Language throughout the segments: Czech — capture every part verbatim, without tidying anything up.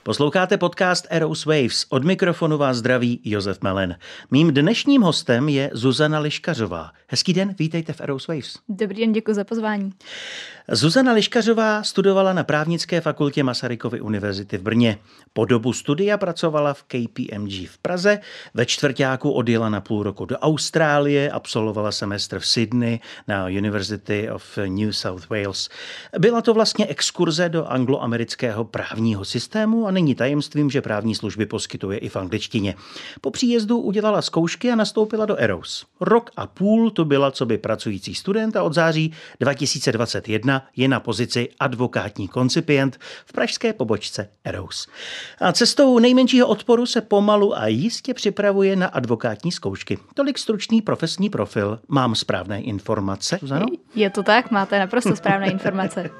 Posloucháte podcast Eros Waves. Od mikrofonu vás zdraví Josef Melen. Mým dnešním hostem je Zuzana Liškařová. Hezký den, vítejte v Eros Waves. Dobrý den, děkuji za pozvání. Zuzana Liškařová studovala na Právnické fakultě Masarykovy univerzity v Brně. Po dobu studia pracovala v K P M G v Praze. Ve čtvrťáku odjela na půl roku do Austrálie, absolvovala semestr v Sydney na University of New South Wales. Byla to vlastně exkurze do angloamerického právního systému a není tajemstvím, že právní služby poskytuje i v angličtině. Po příjezdu udělala zkoušky a nastoupila do Eros. Rok a půl to byla coby pracující student a od září dva tisíce dvacet jedna je na pozici advokátní koncipient v pražské pobočce Eros. A cestou nejmenšího odporu se pomalu a jistě připravuje na advokátní zkoušky. Tolik stručný profesní profil. Mám správné informace, Zuzano? Je to tak, máte naprosto správné informace.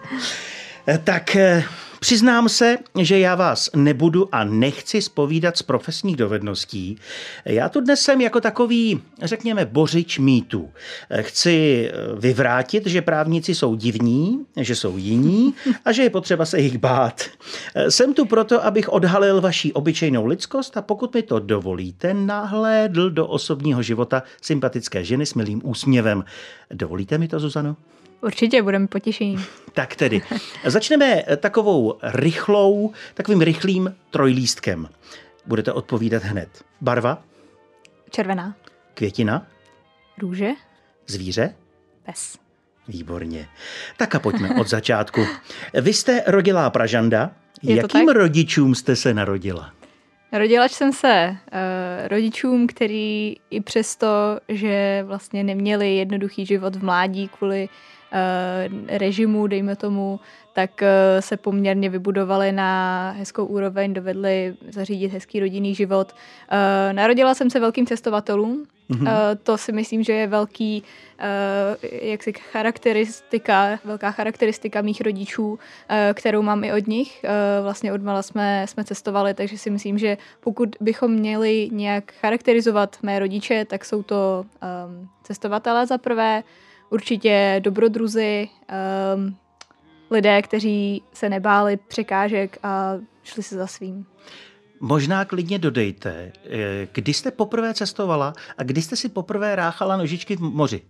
Tak přiznám se, že já vás nebudu a nechci zpovídat z profesních dovedností. Já tu dnes jsem jako takový, řekněme, bořič mýtů. Chci vyvrátit, že právníci jsou divní, že jsou jiní a že je potřeba se jich bát. Jsem tu proto, abych odhalil vaši obyčejnou lidskost a pokud mi to dovolíte, nahlédl do osobního života sympatické ženy s milým úsměvem. Dovolíte mi to, Zuzano? Určitě, budeme potěšení. Tak tedy, začneme takovou rychlou, takovým rychlým trojlístkem. Budete odpovídat hned. Barva? Červená. Květina? Růže. Zvíře? Pes. Výborně. Tak a pojďme od začátku. Vy jste rodilá Pražanda. Je to Jakým tak? rodičům jste se narodila? Narodila jsem se uh, rodičům, který i přesto, že vlastně neměli jednoduchý život v mládí kvůli uh, režimu, dejme tomu, tak uh, se poměrně vybudovali na hezkou úroveň, dovedli zařídit hezký rodinný život. Uh, narodila jsem se velkým cestovatelům. Mm-hmm. Uh, to si myslím, že je velký, uh, jaksi charakteristika, velká charakteristika mých rodičů, uh, kterou mám i od nich. Uh, vlastně odmala jsme, jsme cestovali, takže si myslím, že pokud bychom měli nějak charakterizovat mé rodiče, tak jsou to um, cestovatelé za prvé, určitě dobrodruzi, um, lidé, kteří se nebáli překážek a šli se za svým. Možná klidně dodejte, kdy jste poprvé cestovala a kdy jste si poprvé ráchala nožičky v moři?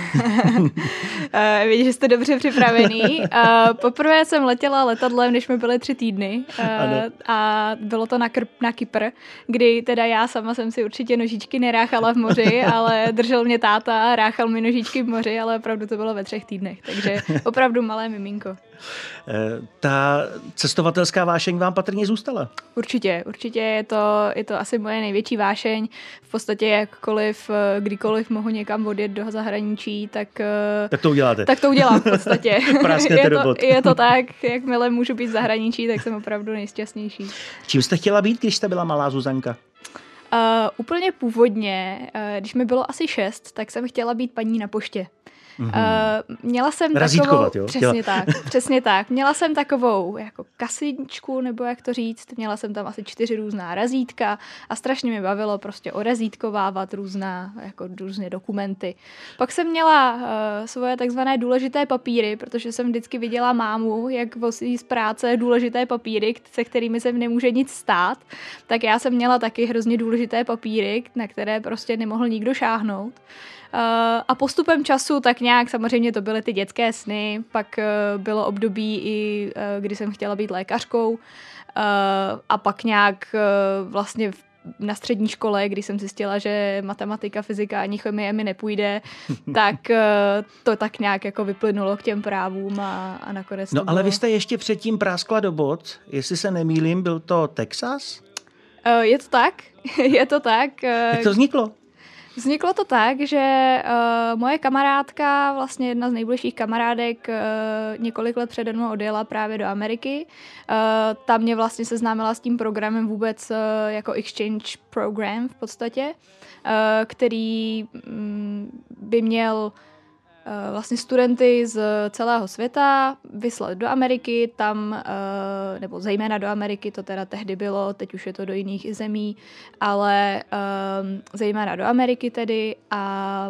Vidíš, že jste dobře připravený. Poprvé jsem letěla letadlem, když mi byly tři týdny a bylo to na, Kr- na Kypr, kdy teda já sama jsem si určitě nožičky neráchala v moři, ale držel mě táta a ráchal mi nožičky v moři, ale opravdu to bylo ve třech týdnech, takže opravdu malé miminko. Ta cestovatelská vášeň vám patrně zůstala? Určitě, určitě je to, je to asi moje největší vášeň. V podstatě jakkoliv, kdykoliv mohu někam odjet do zahraničí, tak, tak to uděláte. Tak to udělám v podstatě. Prásknete do bod. Je to tak, jakmile můžu být v zahraničí, tak jsem opravdu nejšťastnější. Čím jste chtěla být, když jste byla malá Zuzanka? Uh, úplně původně, uh, když mi bylo asi šest, tak jsem chtěla být paní na poště. Mm-hmm. Uh, měla jsem Razítkovat, takovou, jo? Přesně tak, přesně tak. Měla jsem takovou jako kasiničku, nebo jak to říct, měla jsem tam asi čtyři různá razítka a strašně mě bavilo prostě orazítkovávat různá, jako různé dokumenty. Pak jsem měla uh, svoje takzvané důležité papíry, protože jsem vždycky viděla mámu, jak vozí z práce důležité papíry, se kterými se nemůže nic stát, tak já jsem měla taky hrozně důležité papíry, na které prostě nemohl nikdo šáhnout. Uh, a postupem času tak nějak, samozřejmě to byly ty dětské sny, pak uh, bylo období i, uh, kdy jsem chtěla být lékařkou uh, a pak nějak uh, vlastně na střední škole, kdy jsem zjistila, že matematika, fyzika ani chemie mi nepůjde, tak uh, to tak nějak jako vyplynulo k těm právům a, a nakonec No to ale bylo... vy jste ještě předtím práskla do bod, jestli se nemýlím, byl to Texas? Uh, je to tak, je to tak. Uh, Jak to vzniklo? Vzniklo to tak, že uh, moje kamarádka, vlastně jedna z nejbližších kamarádek, uh, několik let přede mnou odjela právě do Ameriky. Uh, ta mě vlastně seznámila s tím programem vůbec uh, jako exchange program v podstatě, uh, který um, by měl vlastně studenty z celého světa vyslat do Ameriky, tam, nebo zejména do Ameriky, to teda tehdy bylo, teď už je to do jiných zemí, ale zejména do Ameriky tedy a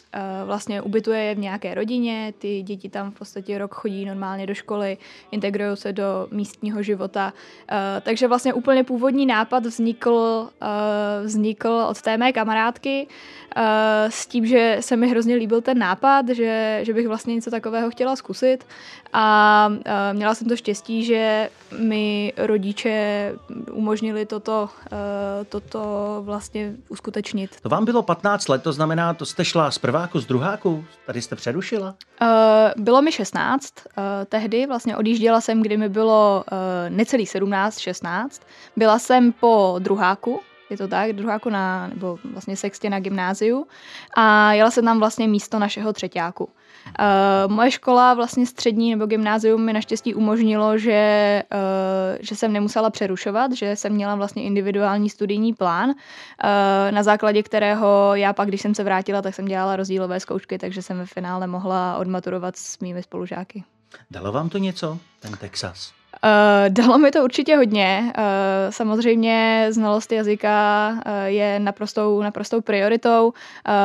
vlastně ubytuje v nějaké rodině, ty děti tam v podstatě rok chodí normálně do školy, integrují se do místního života. Takže vlastně úplně původní nápad vznikl, vznikl od té mé kamarádky s tím, že se mi hrozně líbil ten nápad, že, že bych vlastně něco takového chtěla zkusit a měla jsem to štěstí, že mi rodiče umožnili toto, toto vlastně uskutečnit. To vám bylo patnáct let, to znamená, to jste šla z prváku, z druháku? Tady jste přerušila? Bylo mi šestnáct tehdy, vlastně odjížděla jsem, kdy mi bylo necelých sedmnáct, šestnáct. Byla jsem po druháku, je to tak, druháku na, nebo vlastně sextě na gymnáziu a jela jsem tam vlastně místo našeho třeťáku. Uh, moje škola, vlastně střední nebo gymnázium mi naštěstí umožnilo, že, uh, že jsem nemusela přerušovat, že jsem měla vlastně individuální studijní plán, uh, na základě kterého já pak, když jsem se vrátila, tak jsem dělala rozdílové zkoušky, takže jsem ve finále mohla odmaturovat s mými spolužáky. Dalo vám to něco, ten Texas? Uh, dalo mi to určitě hodně. Uh, samozřejmě znalost jazyka uh, je naprostou, naprostou prioritou. Uh,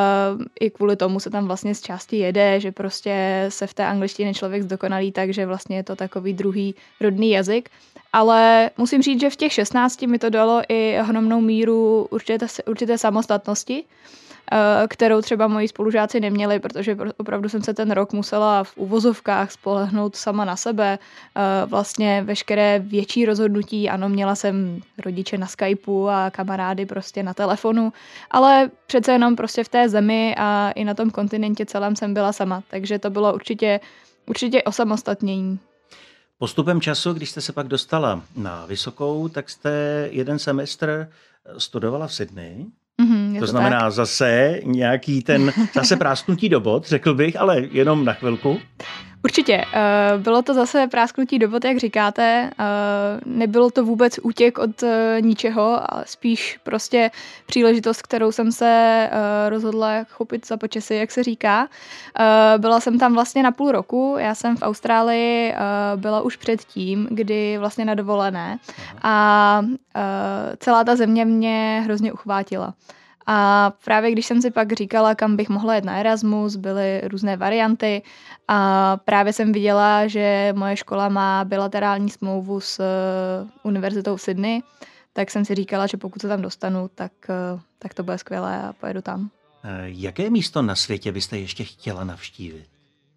I kvůli tomu se tam vlastně z části jede, že prostě se v té angličtině člověk zdokonalí, takže vlastně je to takový druhý rodný jazyk. Ale musím říct, že v těch šestnácti mi to dalo i ohromnou míru určité, určité samostatnosti, kterou třeba moji spolužáci neměli, protože opravdu jsem se ten rok musela v uvozovkách spolehnout sama na sebe. Vlastně veškeré větší rozhodnutí, ano, měla jsem rodiče na Skypeu a kamarády prostě na telefonu, ale přece jenom prostě v té zemi a i na tom kontinentě celém jsem byla sama, takže to bylo určitě, určitě osamostatnění. Postupem času, když jste se pak dostala na vysokou, tak jste jeden semestr studovala v Sydney. Mm-hmm, to, to znamená tak. Zase nějaký ten, zase prásknutí do bod, řekl bych, ale jenom na chvilku. Určitě. Bylo to zase prásknutí do bod, jak říkáte. Nebylo to vůbec útěk od ničeho, ale spíš prostě příležitost, kterou jsem se rozhodla chopit za počesy, jak se říká. Byla jsem tam vlastně na půl roku. Já jsem v Austrálii byla už předtím, kdy vlastně na dovolené. A celá ta země mě hrozně uchvátila. A právě když jsem si pak říkala, kam bych mohla jet na Erasmus, byly různé varianty a právě jsem viděla, že moje škola má bilaterální smlouvu s univerzitou v Sydney, tak jsem si říkala, že pokud se tam dostanu, tak, tak to bude skvělé a pojedu tam. Jaké místo na světě byste ještě chtěla navštívit?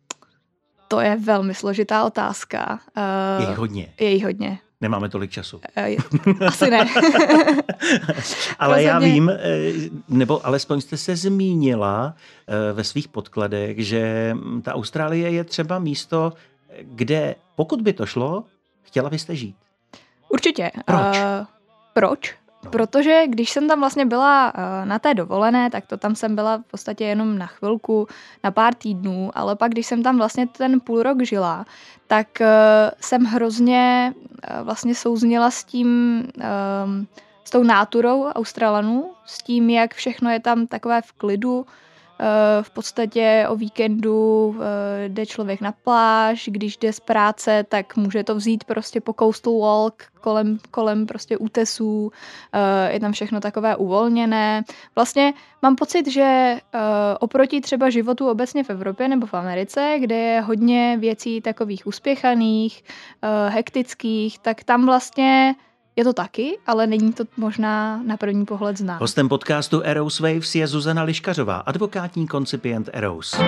To je velmi složitá otázka. Je jich hodně. Je jich hodně. Nemáme tolik času. Asi ne. Ale rozhodně. Já vím, nebo alespoň jste se zmínila ve svých podkladech, že ta Austrálie je třeba místo, kde pokud by to šlo, chtěla byste žít. Určitě. Proč? Uh, proč? No. Protože když jsem tam vlastně byla na té dovolené, tak to tam jsem byla v podstatě jenom na chvilku, na pár týdnů, ale pak když jsem tam vlastně ten půl rok žila, tak uh, jsem hrozně uh, vlastně souzněla s tím, um, s tou náturou Australanů, s tím, jak všechno je tam takové v klidu. V podstatě o víkendu jde člověk na pláž, když jde z práce, tak může to vzít prostě po coastal walk kolem, kolem prostě útesů, je tam všechno takové uvolněné. Vlastně mám pocit, že oproti třeba životu obecně v Evropě nebo v Americe, kde je hodně věcí takových uspěchaných, hektických, tak tam vlastně je to taky, ale není to možná na první pohled znát. Hostem podcastu Eros Waves je Zuzana Liškařová, advokátní koncipient Eros.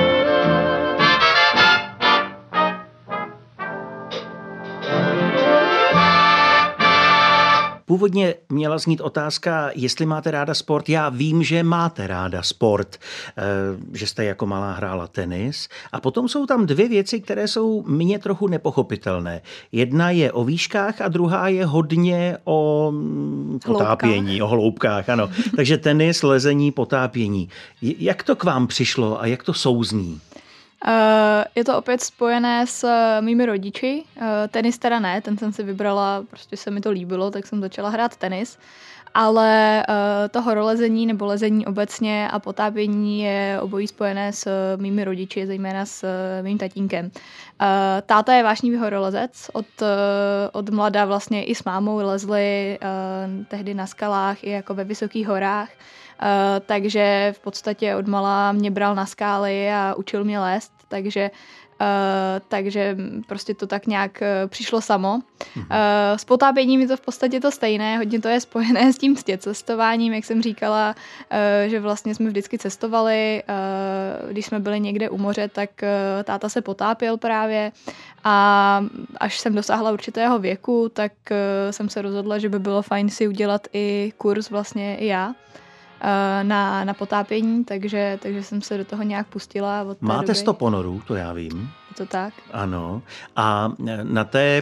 Původně měla znít otázka, jestli máte ráda sport. Já vím, že máte ráda sport, že jste jako malá hrála tenis. A potom jsou tam dvě věci, které jsou mně trochu nepochopitelné. Jedna je o výškách a druhá je hodně o potápění, o hloubkách. Ano. Takže tenis, lezení, potápění. Jak to k vám přišlo a jak to souzní? Uh, je to opět spojené s uh, mými rodiči. Uh, tenis teda ne, ten jsem si vybrala, prostě se mi to líbilo, tak jsem začala hrát tenis. Ale uh, to horolezení nebo lezení obecně a potápění je obojí spojené s uh, mými rodiči, zejména s uh, mým tatínkem. Uh, táta je vášnivý horolezec, od, uh, od mlada vlastně i s mámou lezli uh, tehdy na skalách i jako ve vysokých horách. takže v podstatě odmala mě bral na skály a učil mě lézt, takže Uh, takže prostě to tak nějak uh, přišlo samo. Uh, s potápěním je to v podstatě to stejné, hodně to je spojené s tím cestováním, jak jsem říkala, uh, že vlastně jsme vždycky cestovali, uh, když jsme byli někde u moře, tak uh, táta se potápěl právě a až jsem dosáhla určitého věku, tak uh, jsem se rozhodla, že by bylo fajn si udělat i kurz vlastně i já. Na, na potápění, takže, takže jsem se do toho nějak pustila. Od té Máte doby. sto ponorů, to já vím. Je to tak? Ano. A na té,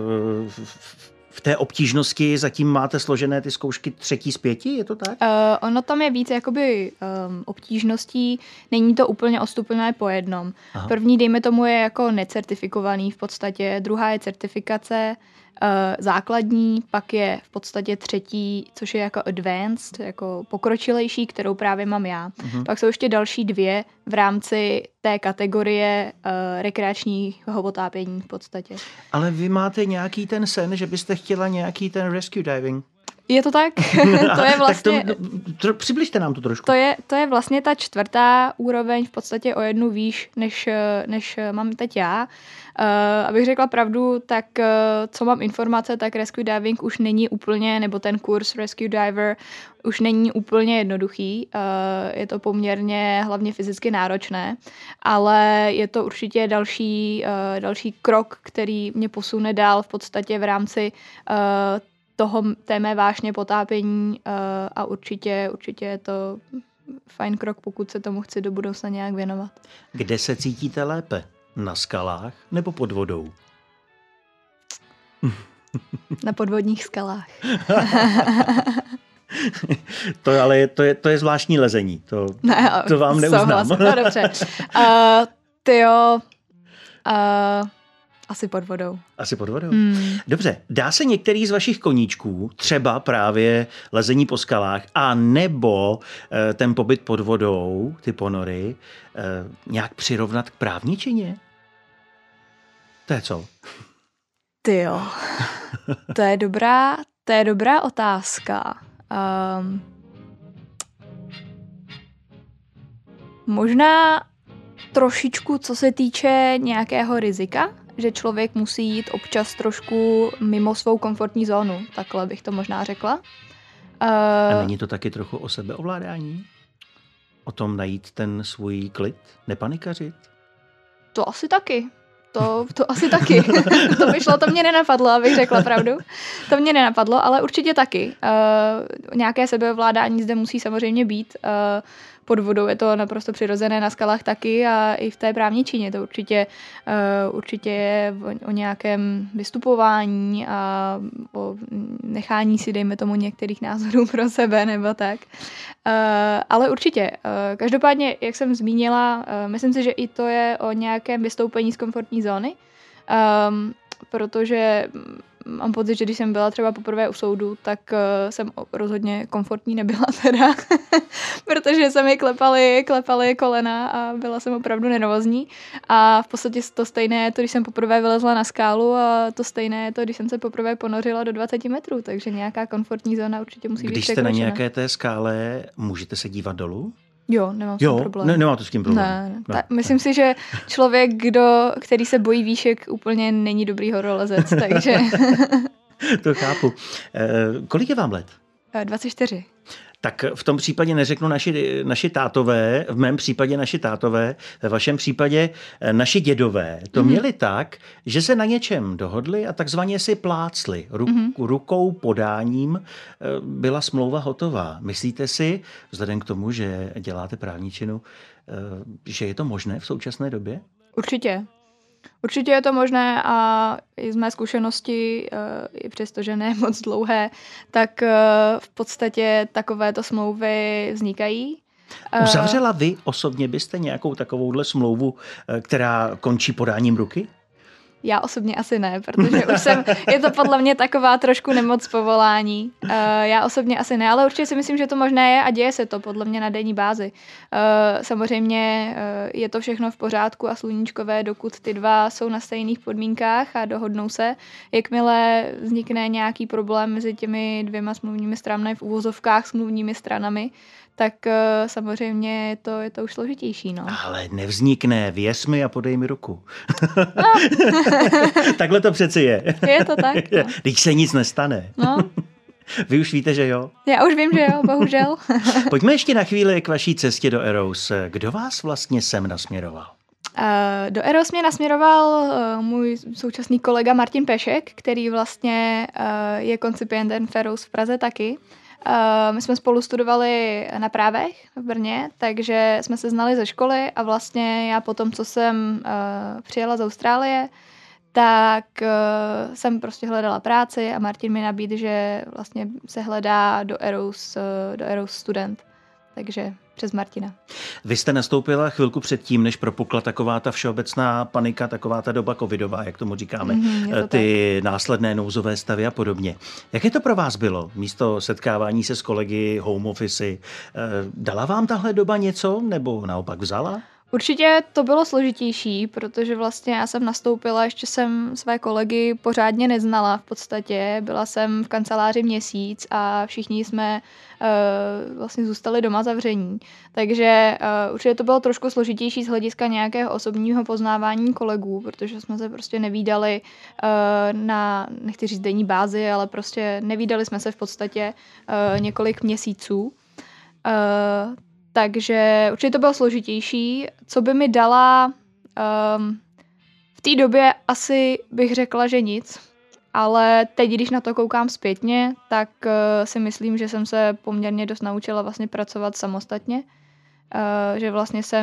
v té obtížnosti zatím máte složené ty zkoušky třetí z pěti, je to tak? Uh, ono tam je víc jakoby um, obtížností, není to úplně odstupné po jednom. Aha. První, dejme tomu, je jako necertifikovaný v podstatě, druhá je certifikace, základní, pak je v podstatě třetí, což je jako advanced, jako pokročilejší, kterou právě mám já. Uh-huh. Pak jsou ještě další dvě v rámci té kategorie uh, rekreačního potápění v podstatě. Ale vy máte nějaký ten sen, že byste chtěla nějaký ten rescue diving? Je to tak? To je vlastně... tak to, to, přibližte nám to trošku. To je, to je vlastně ta čtvrtá úroveň, v podstatě o jednu výš, než, než mám teď já. Uh, abych řekla pravdu, tak uh, co mám informace, tak rescue diving už není úplně, nebo ten kurz rescue diver už není úplně jednoduchý. Uh, je to poměrně hlavně fyzicky náročné, ale je to určitě další, uh, další krok, který mě posune dál v podstatě v rámci uh, toho té mé vášně potápění uh, a určitě, určitě je to fajn krok, pokud se tomu chci do budoucna nějak věnovat. Kde se cítíte lépe? Na skalách nebo pod vodou? Na podvodních skalách. To ale je, to, je, to je zvláštní lezení. To, ne, to vám neuznám. No dobře. Uh, tyjo, uh, asi pod vodou. Asi pod vodou. Hmm. Dobře, dá se některý z vašich koníčků, třeba právě lezení po skalách, a nebo e, ten pobyt pod vodou, ty ponory, e, nějak přirovnat k právničině? To je co? Tyjo, to je dobrá, to je dobrá otázka. Um, možná trošičku, co se týče nějakého rizika, že člověk musí jít občas trošku mimo svou komfortní zónu, takhle bych to možná řekla. Uh, A není to taky trochu o sebeovládání? O tom najít ten svůj klid? Nepanikařit? To asi taky. To, to asi taky. To vyšlo, to mě nenapadlo, abych řekla pravdu. To mě nenapadlo, ale určitě taky. Uh, nějaké sebeovládání zde musí samozřejmě být. Uh, pod vodou je to naprosto přirozené, na skalách taky a i v té právničině to určitě, uh, určitě je o, o nějakém vystupování a o nechání si, dejme tomu, některých názorů pro sebe nebo tak. Uh, ale určitě. Uh, každopádně, jak jsem zmínila, uh, myslím si, že i to je o nějakém vystoupení z komfortní zóny, um, protože mám pocit, že když jsem byla třeba poprvé u soudu, tak uh, jsem rozhodně komfortní nebyla teda, protože se mi klepaly, klepaly kolena a byla jsem opravdu nervózní. A v podstatě to stejné je to, když jsem poprvé vylezla na skálu a to stejné je to, když jsem se poprvé ponořila do dvacet metrů, takže nějaká komfortní zóna určitě musí když být překročena. Když jste na nějaké té skále, můžete se dívat dolů? Jo, nemám s tím problém. Ne, nemá to s tím problém. Ne, ne. Tak, myslím si, že člověk, kdo, který se bojí výšek, úplně není dobrý horolezec, takže... To chápu. E, kolik je vám let? dvacet čtyři. Tak v tom případě neřeknu naši, naši tátové, v mém případě naši tátové, ve vašem případě naši dědové to mm-hmm. měli tak, že se na něčem dohodli a takzvaně si plácli. Ru, mm-hmm. Rukou podáním byla smlouva hotová. Myslíte si, vzhledem k tomu, že děláte právničinu, že je to možné v současné době? Určitě. Určitě je to možné a i z mé zkušenosti, i přesto, že ne moc dlouhé, tak v podstatě takovéto smlouvy vznikají. Uzavřela vy osobně byste nějakou takovouhle smlouvu, která končí podáním ruky? Já osobně asi ne, protože už jsem, je to podle mě taková trošku nemoc povolání. Uh, já osobně asi ne, ale určitě si myslím, že to možné je a děje se to podle mě na denní bázi. Uh, samozřejmě uh, je to všechno v pořádku a sluníčkové, dokud ty dva jsou na stejných podmínkách a dohodnou se. Jakmile vznikne nějaký problém mezi těmi dvěma smluvními stranami v uvozovkách smluvními stranami, tak uh, samozřejmě to, je to už složitější. No. Ale nevznikne, věř mi a podej mi ruku. No. Takhle to přeci je. Je to tak. No. Když se nic nestane. No. Vy už víte, že jo? Já už vím, že jo, bohužel. Pojďme ještě na chvíli k vaší cestě do Eros. Kdo vás vlastně sem nasměroval? Uh, do Eros mě nasměroval uh, můj současný kolega Martin Pešek, který vlastně uh, je koncipientem v Eros v Praze taky. Uh, my jsme spolu studovali na právech v Brně, takže jsme se znali ze školy a vlastně já potom, co jsem uh, přijela z Austrálie, tak uh, jsem prostě hledala práci a Martin mi nabídl, že vlastně se hledá do Eros, uh, do Eros student. Takže přes Martina. Vy jste nastoupila chvilku předtím, než propukla taková ta všeobecná panika, taková ta doba covidová, jak tomu říkáme, mm, to ty tak. následné nouzové stavy a podobně. Jaké to pro vás bylo? Místo setkávání se s kolegy, home office, dala vám tahle doba něco nebo naopak vzala? Určitě to bylo složitější, protože vlastně já jsem nastoupila, ještě jsem své kolegy pořádně neznala v podstatě. Byla jsem v kanceláři měsíc a všichni jsme uh, vlastně zůstali doma zavření. Takže uh, určitě to bylo trošku složitější z hlediska nějakého osobního poznávání kolegů, protože jsme se prostě nevídali uh, na, nechci říct denní bázi, ale prostě nevídali jsme se v podstatě uh, několik měsíců. Uh, Takže určitě to bylo složitější. Co by mi dala um, v té době asi bych řekla, že nic. Ale teď, když na to koukám zpětně, tak uh, si myslím, že jsem se poměrně dost naučila vlastně pracovat samostatně. Uh, že vlastně jsem,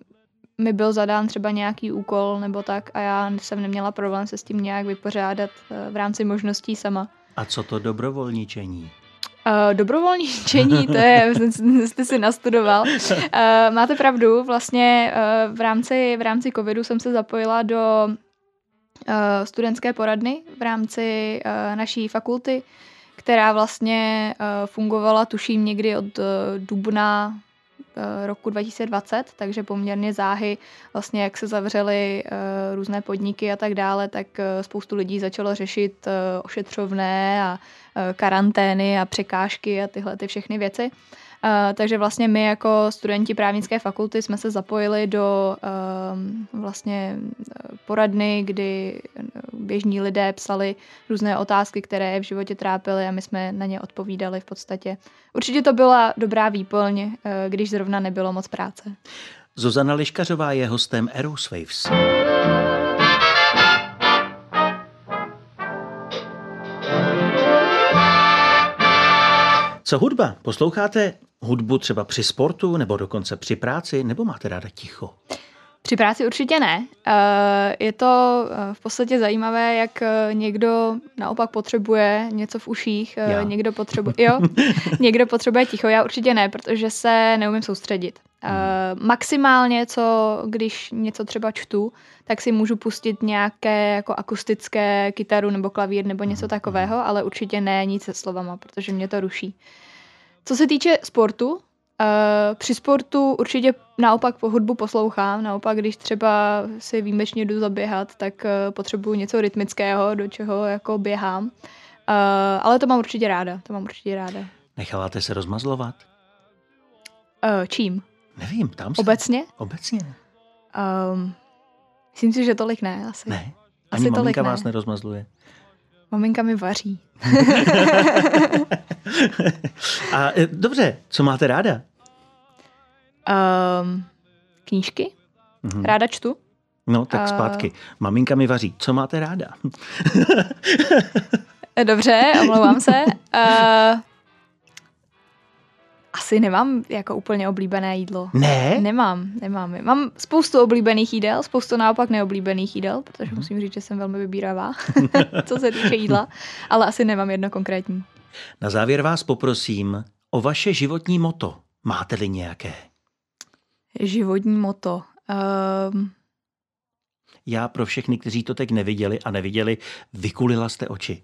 mi byl zadán třeba nějaký úkol nebo tak a já jsem neměla problém se s tím nějak vypořádat uh, v rámci možností sama. A co to dobrovolničení? Uh, dobrovolničení, to je, jste si nastudoval. Uh, máte pravdu, vlastně uh, v rámci, v rámci covidu jsem se zapojila do uh, studentské poradny v rámci uh, naší fakulty, která vlastně uh, fungovala, tuším, někdy od uh, dubna uh, roku dva tisíce dvacet, takže poměrně záhy, vlastně jak se zavřely uh, různé podniky a tak dále, tak uh, spoustu lidí začalo řešit uh, ošetřovné a karantény a překážky a tyhle ty všechny věci. Uh, takže vlastně my jako studenti právnické fakulty jsme se zapojili do uh, vlastně poradny, kdy běžní lidé psali různé otázky, které je v životě trápily a my jsme na ně odpovídali v podstatě. Určitě to byla dobrá výplň, uh, když zrovna nebylo moc práce. Zuzana Liškařová je hostem Eros Waves. Co hudba? Posloucháte hudbu třeba při sportu nebo dokonce při práci, nebo máte ráda ticho? Při práci určitě ne. Je to v podstatě zajímavé, jak někdo naopak potřebuje něco v uších, Já. někdo potřebuje, jo, někdo potřebuje ticho. Já určitě ne, protože se neumím soustředit. Hmm. Maximálně, co když něco třeba čtu, tak si můžu pustit nějaké jako akustické kytaru nebo klavír nebo něco hmm. takového, ale určitě ne nic se slovama, protože mě to ruší. Co se týče sportu, Uh, při sportu určitě naopak po hudbu poslouchám, naopak když třeba si výjimečně jdu zaběhat, tak uh, potřebuju něco rytmického, do čeho jako běhám, uh, ale to mám určitě ráda, to mám určitě ráda. Necháváte se rozmazlovat? Uh, čím? Nevím, tam se. Obecně? Obecně. Um, myslím si, že tolik ne, asi. Ne, ani asi maminka ne. vás nerozmazluje. Maminka mi vaří. A dobře, co máte ráda? Um, knížky. Mhm. Ráda čtu. No, tak zpátky. Uh... Maminka mi vaří. Co máte ráda? Dobře, omlouvám se. Uh, asi nemám jako úplně oblíbené jídlo. Ne? Nemám, nemám. Mám spoustu oblíbených jídel, spoustu naopak neoblíbených jídel, protože musím říct, že jsem velmi vybíravá, co se týče jídla, ale asi nemám jedno konkrétní. Na závěr vás poprosím o vaše životní motto. Máte-li nějaké? Životní motto. Um... Já pro všechny, kteří to teď neviděli a neviděli, vykulila jste oči.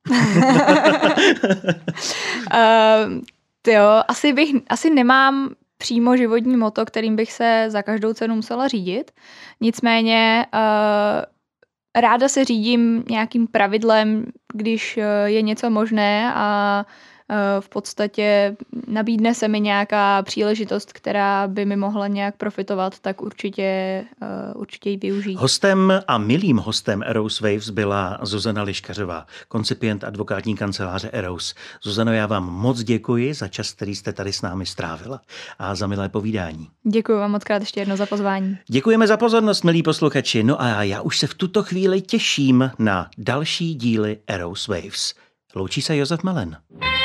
um... Jo, asi, bych, asi nemám přímo životní motto, kterým bych se za každou cenu musela řídit. Nicméně uh, ráda se řídím nějakým pravidlem, když je něco možné a v podstatě nabídne se mi nějaká příležitost, která by mi mohla nějak profitovat, tak určitě, určitě ji využít. Hostem a milým hostem Eros Waves byla Zuzana Liškařová, koncipient advokátní kanceláře Eros. Zuzano, já vám moc děkuji za čas, který jste tady s námi strávila a za milé povídání. Děkuji vám moc krát ještě jednou za pozvání. Děkujeme za pozornost, milí posluchači. No a já už se v tuto chvíli těším na další díly Eros Waves. Loučí se Josef Melen.